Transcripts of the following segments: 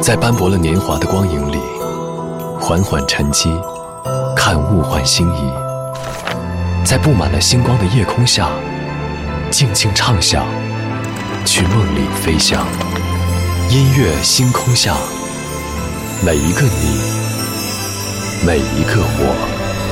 在斑驳了年华的光影里，缓缓沉积，看物换星移，在布满了星光的夜空下，静静畅想，去梦里飞翔。音乐星空下，每一个你，每一个我。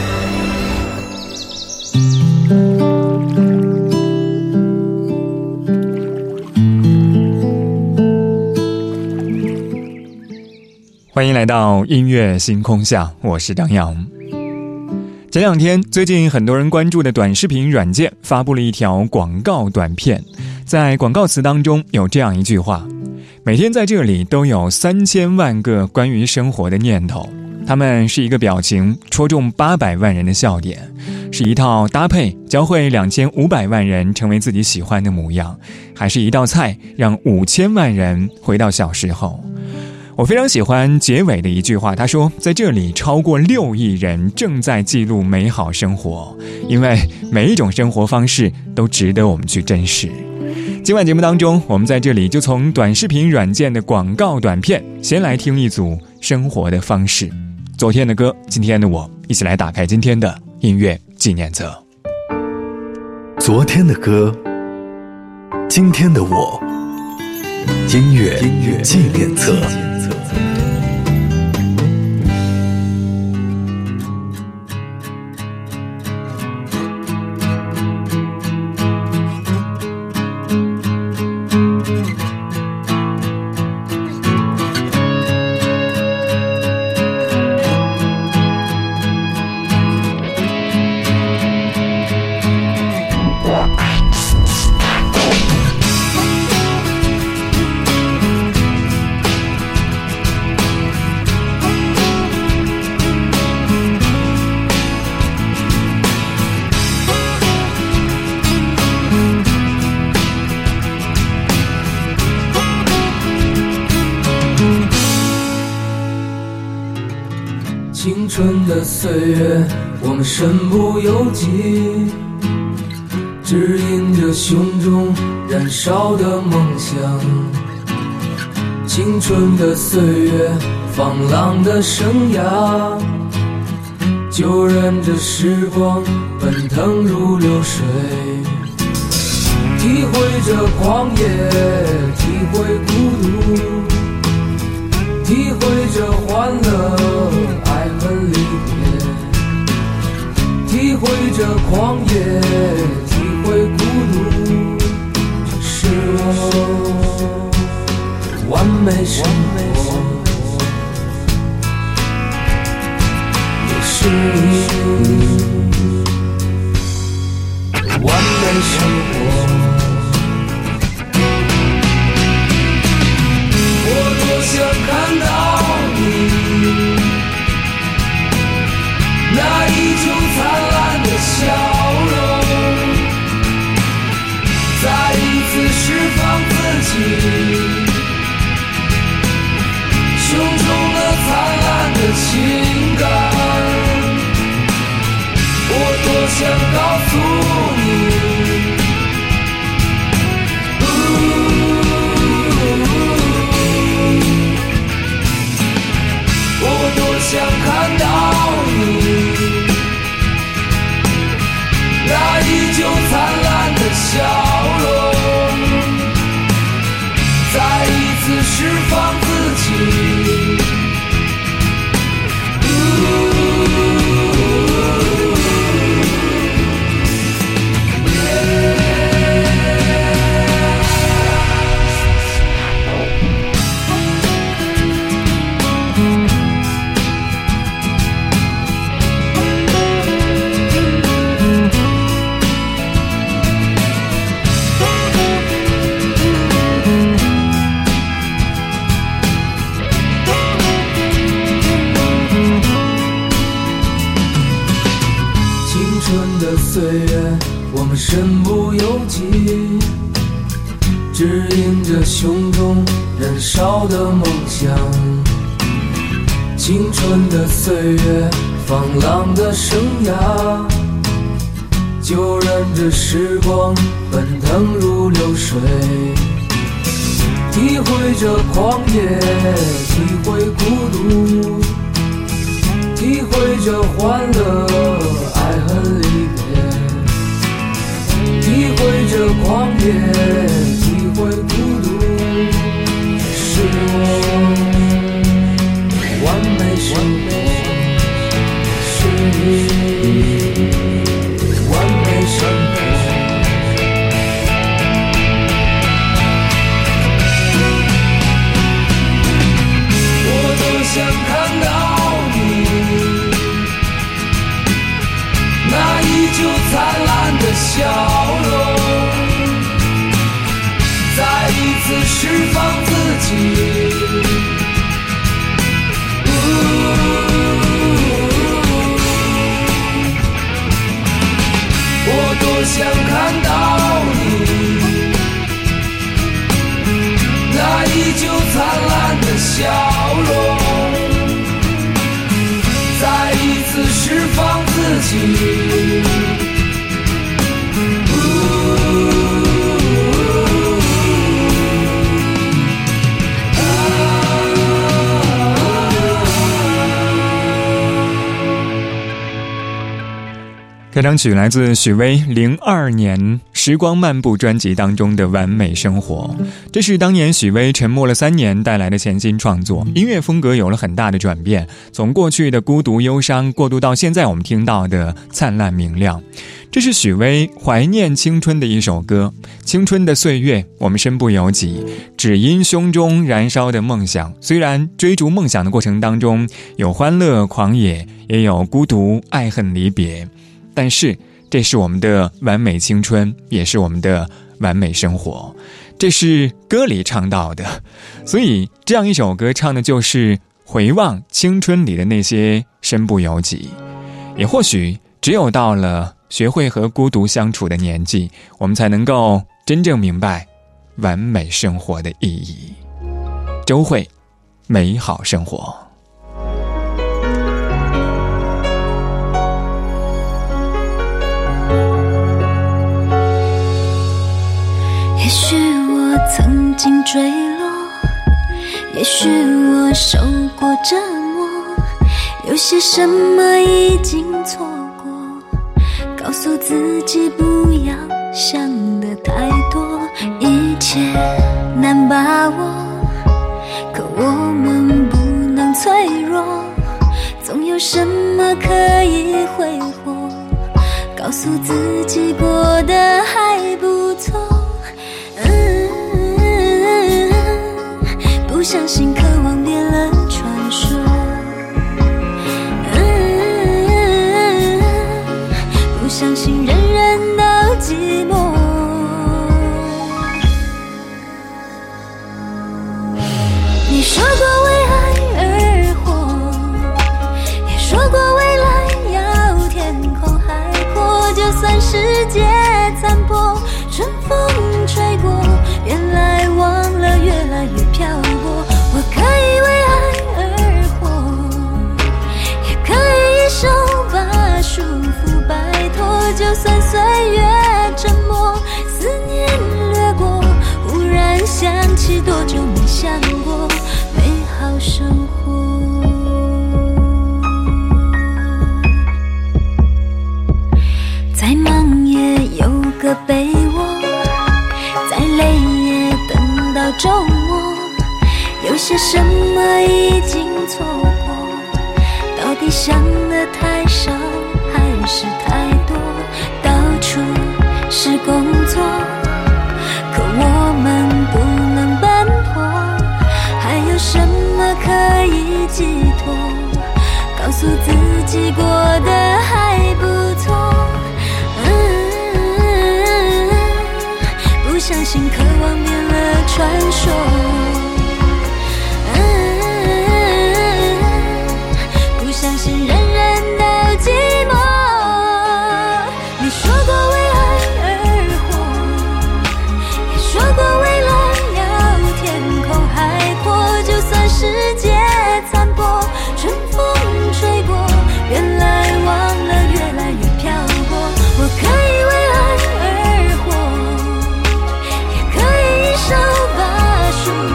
欢迎来到音乐星空下，我是张扬。前两天，最近很多人关注的短视频软件发布了一条广告短片，在广告词当中有这样一句话：每天在这里都有3000万个关于生活的念头，它们是一个表情戳中800万人的笑点，是一套搭配教会2500万人成为自己喜欢的模样，还是一道菜让5000万人回到小时候。我非常喜欢结尾的一句话，他说在这里超过6亿人正在记录美好生活，因为每一种生活方式都值得我们去珍视。今晚节目当中，我们在这里就从短视频软件的广告短片先来听一组生活的方式。昨天的歌，今天的我，一起来打开今天的音乐纪念册。 昨天的歌，今天的我，音乐纪念册。 青春的岁月，我们身不由己，指引着胸中燃烧的梦想。青春的岁月，放浪的生涯，就任着时光奔腾如流水，体会着狂野，体会孤独，体会着欢乐，爱恨离别，体会着狂野，体会孤独，这是我完美生活，也是你完美生活。想看到你那依旧灿烂的笑容，再一次释放自己胸中的灿烂的情感。我多想告诉你，想看到你那依旧灿烂的笑容，再一次释放自己岁月，我们身不由己，指引着胸中燃烧的梦想。青春的岁月，放浪的生涯，就任着时光奔腾如流水， 体会着狂野，体会孤独，体会着欢乐，爱恨离别，体会着狂野，体会孤独，是我完美生活，是你完美生活。想看到你那依旧灿烂的笑容，再一次释放自己。我多想看到你那依旧灿烂的笑容，再一次释放自己。 开场曲来自许巍02年《时光漫步》专辑当中的《完美生活》，这是当年许巍沉默了3年带来的全新创作，音乐风格有了很大的转变，从过去的孤独忧伤过渡到现在我们听到的灿烂明亮。这是许巍怀念青春的一首歌，青春的岁月我们身不由己，只因胸中燃烧的梦想。虽然追逐梦想的过程当中有欢乐狂野，也有孤独爱恨离别，但是这是我们的完美青春，也是我们的完美生活，这是歌里唱到的。所以这样一首歌唱的就是回望青春里的那些身不由己。也或许只有到了学会和孤独相处的年纪，我们才能够真正明白完美生活的意义。周蕙，美好生活。 也许我曾经坠落，也许我受过折磨，有些什么已经错过，告诉自己不要想得太多，一切难把握，可我们不能脆弱，总有什么可以挥霍，告诉自己过得还不错。不相信渴望变了传说，不相信人人都寂寞。你说过为爱而活，也说过未来要天空海阔，就算世界残破，春风吹过，原来忘了越来越漂泊。我可以为爱而活，也可以一手把束缚摆脱，就算岁月沉默，思念掠过，忽然想起多久没想过美好生活。再忙也有个被窝，再累也等到周末，有些什么已经错过，到底想的太少还是太多，到处是工作，可我们不能奔波，还有什么可以寄托，告诉自己过得还不错。不相信渴望变了传说，不相信人人都寂寞。你说过为爱而活，也说过未来要天空海阔，就算世界残破，春风吹过，原来忘了越来越漂泊。我可以为爱而活，也可以一手把束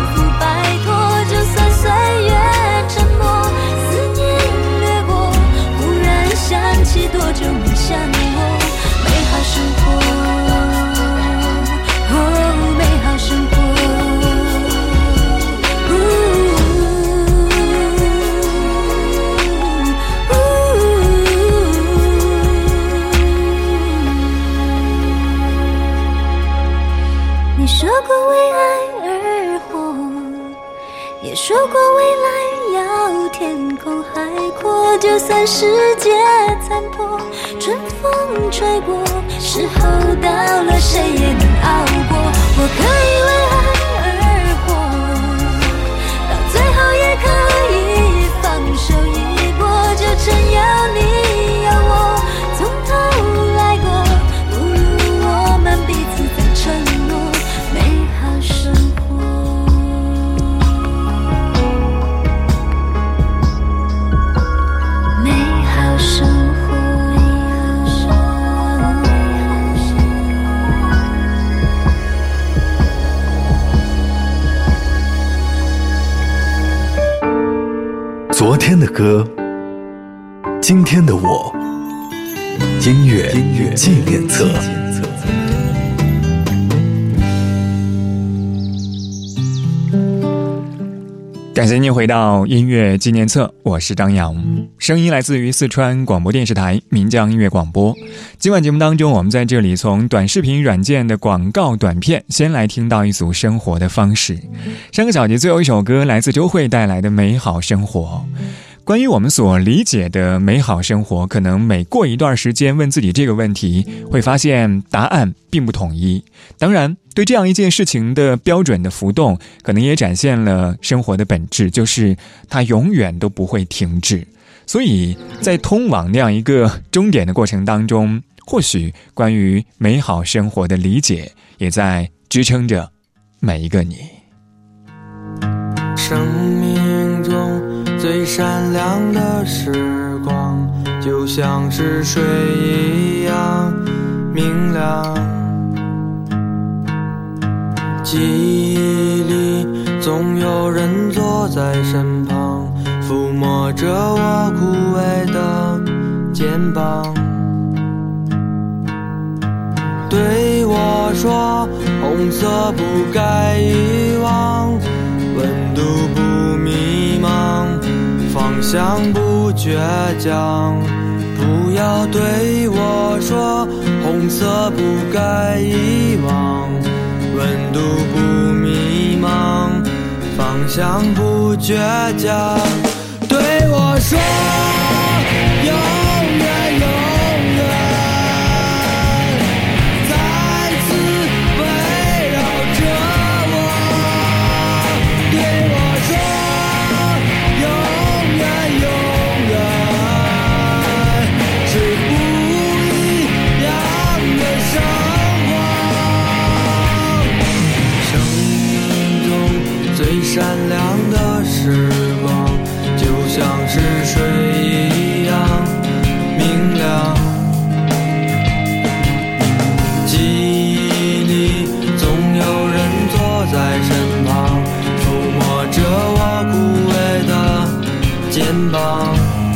说过未来要天空海阔，就算世界残破，春风吹过，时候到了，谁也能熬过。我可以为爱而活，到最后也可以放手一搏，就真要你要我从头来过，不如我们彼此再承诺美好生活。美好生活， 昨天的歌，今天的我，音乐纪念册。 感谢您回到音乐纪念册，我是张扬，声音来自于四川广播电视台岷江音乐广播。今晚节目当中，我们在这里从短视频软件的广告短片先来听到一组生活的方式。上个小节最后一首歌来自周蕙带来的美好生活。关于我们所理解的美好生活，可能每过一段时间问自己这个问题，会发现答案并不统一。当然，对这样一件事情的标准的浮动，可能也展现了生活的本质，就是它永远都不会停止。所以在通往那样一个终点的过程当中，或许关于美好生活的理解，也在支撑着每一个你。 生命中最闪亮的时光，就像是水一样明亮。记忆里总有人坐在身旁，抚摸着我枯萎的肩膀，对我说红色不该遗忘，温度不迷茫，方向不倔强。不要对我说红色不该遗忘，温度不迷茫，方向不倔强。对我说永远永远再次围绕着我，对我说永远永远是不一样的生活。生命中最闪亮的时光，就像是水一样明亮。记忆里总有人坐在身旁，抚摸着我枯萎的肩膀，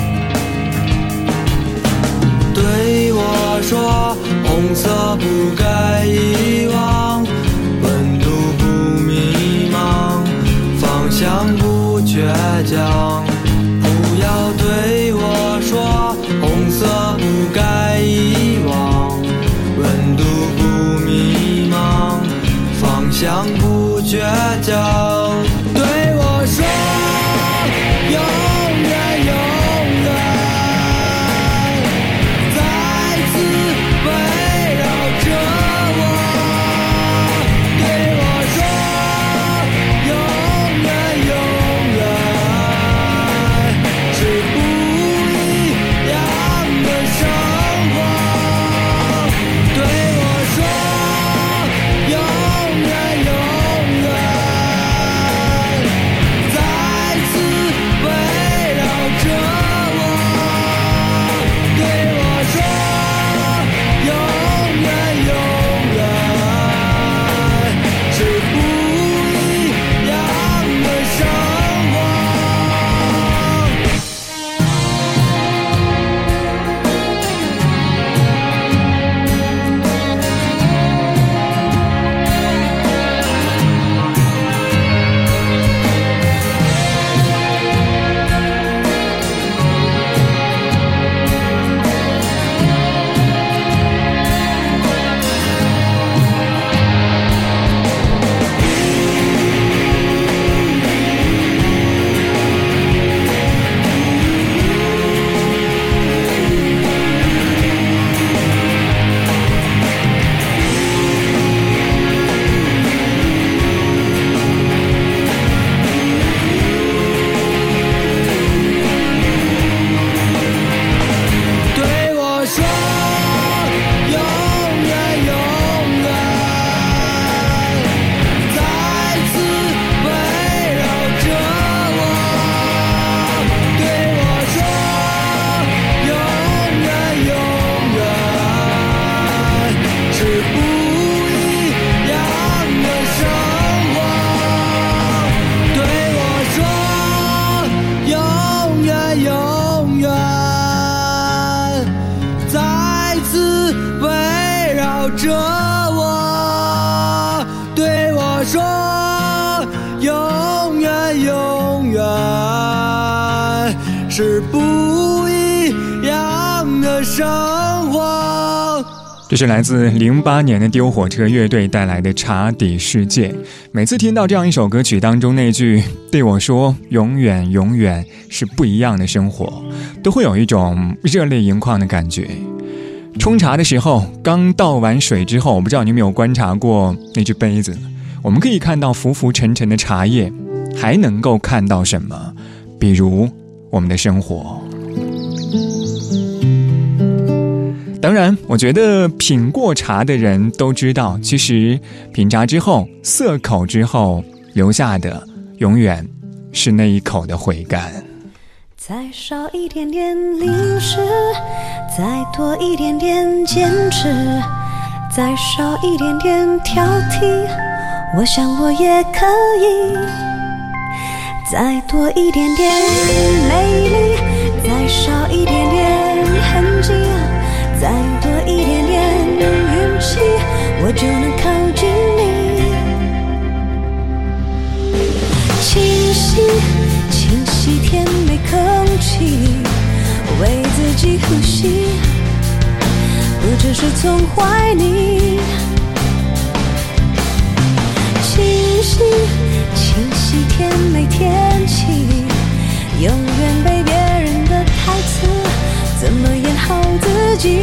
对我说红色不该遗忘，温度不迷茫，方向不倔强。不要对我说红色不该遗忘，温度不迷茫，方向不倔强。对我说永远永远再次围绕着我，对我说永远永远是不一样的生活。 这是来自08年的丢火车乐队带来的茶底世界。每次听到这样一首歌曲当中那句对我说永远永远是不一样的生活，都会有一种热泪盈眶的感觉。冲茶的时候，刚倒完水之后，我不知道你有没有观察过那只杯子，我们可以看到浮浮沉沉的茶叶，还能够看到什么？比如我们的生活。当然，我觉得品过茶的人都知道，其实品茶之后，涩口之后留下的永远是那一口的回甘。 再少一点点零食，再多一点点坚持，再少一点点挑剔，我想我也可以。再多一点点美丽，再少一点点痕迹，再多一点点运气，我就能靠近你。清晰清晰甜美空气，为自己呼吸，不只是从怀里。清晰清晰甜美天气，永远被别人的台词怎么演好自己。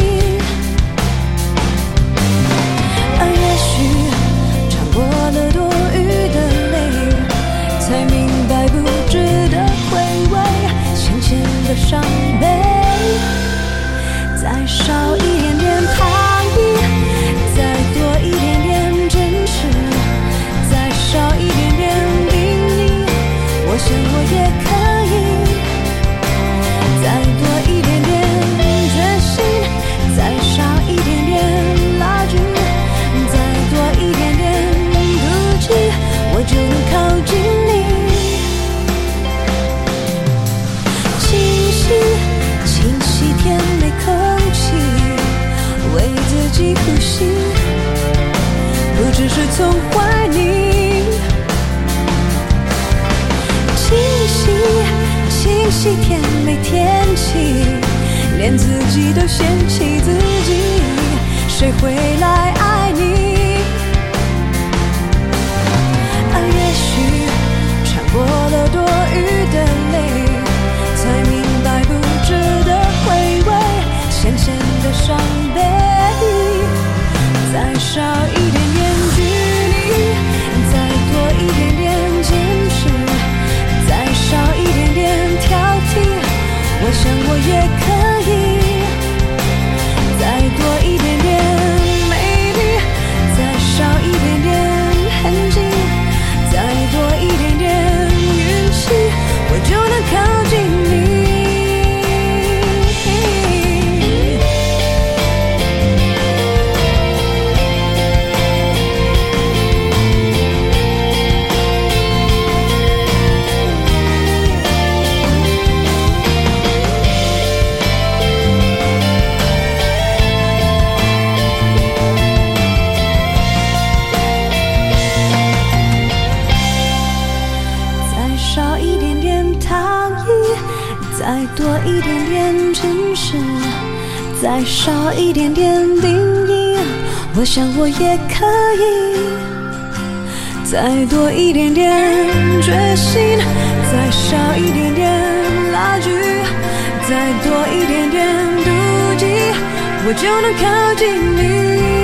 也许尝过了多余的泪，才明白不值得回味先前的伤悲。再少一点点糖衣，再多一点点真实，再少一点点定义，我想我也可以。再多一点点决心，再少一点点拉锯，再多一点点妒忌，我就能靠近你。清晰清晰甜美空气，为自己呼吸，不只是从怀里。清晰清晰甜美天气，连自己都嫌弃自己，谁会来爱你？也许尝过了多余的泪，才明白不值得回味先前的伤悲。再少一点点距离，再多一点点坚持，再少一点点挑剔，我想我也可以。再多一点点美丽，再少一点点痕迹，再多一点点运气，我就能靠近你。再多一点点真实，再少一点点定义，我想我也可以。再多一点点决心，再少一点点拉锯，再多一点点妒忌，我就能靠近你。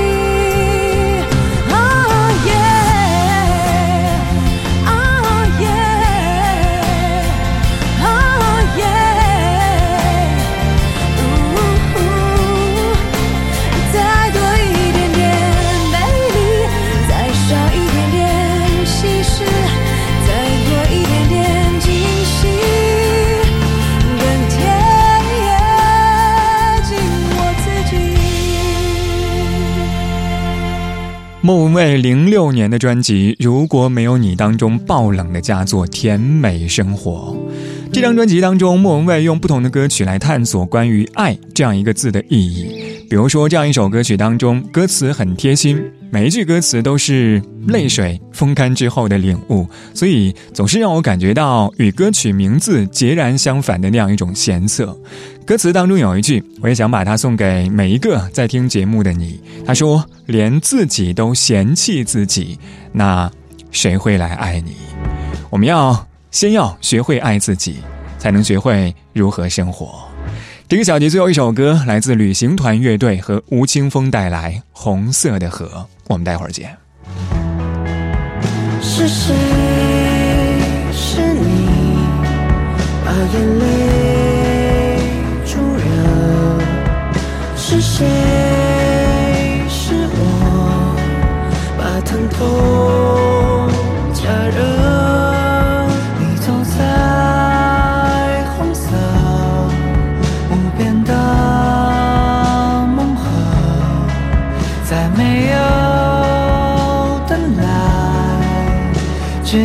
莫文蔚06年的专辑《如果没有你》当中爆冷的佳作《甜美生活》。这张专辑当中，莫文蔚用不同的歌曲来探索关于爱这样一个字的意义。比如说这样一首歌曲当中，歌词很贴心， 每一句歌词都是泪水风干之后的领悟，所以总是让我感觉到与歌曲名字截然相反的那样一种咸涩。歌词当中有一句，我也想把它送给每一个在听节目的你，他说，连自己都嫌弃自己，那谁会来爱你？我们先要学会爱自己，才能学会如何生活。这个小节最后一首歌来自旅行团乐队和吴青峰带来《红色的河》，我们待会儿见。 是谁？是你把眼泪助热？是谁？是我把疼痛加热？你走在红色无边的梦河，在没有灯来接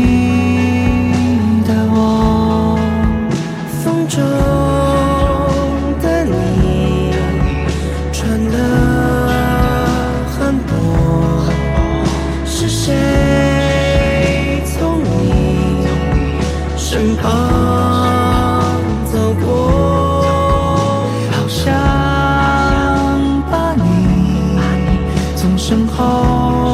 你的我，风中的你穿得很薄，是谁从你身旁走过，好想把你从身后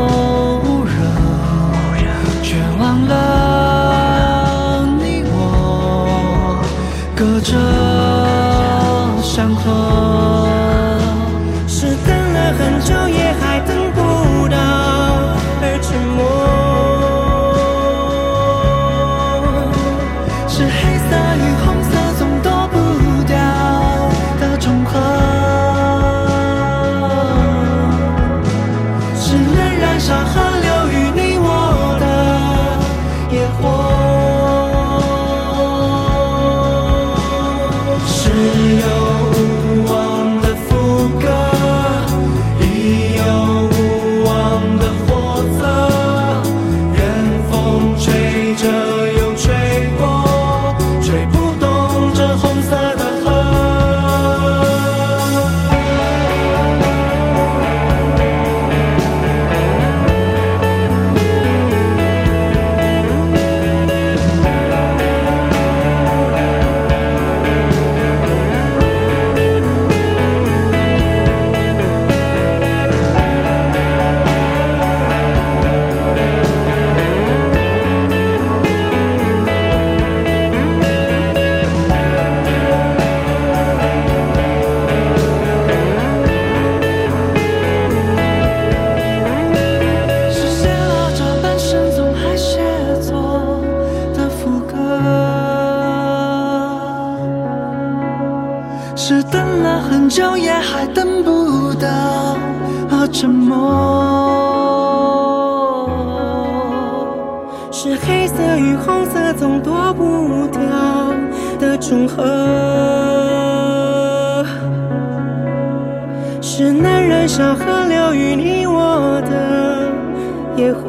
隔着山河，是等了很久也还等不到，而沉默是黑色与红色总躲不掉的重合，是能燃烧河流与你我的野火。是等了很久也还等不到和沉默，是黑色与红色总躲不掉的重合，是能燃烧河流与你我的野火。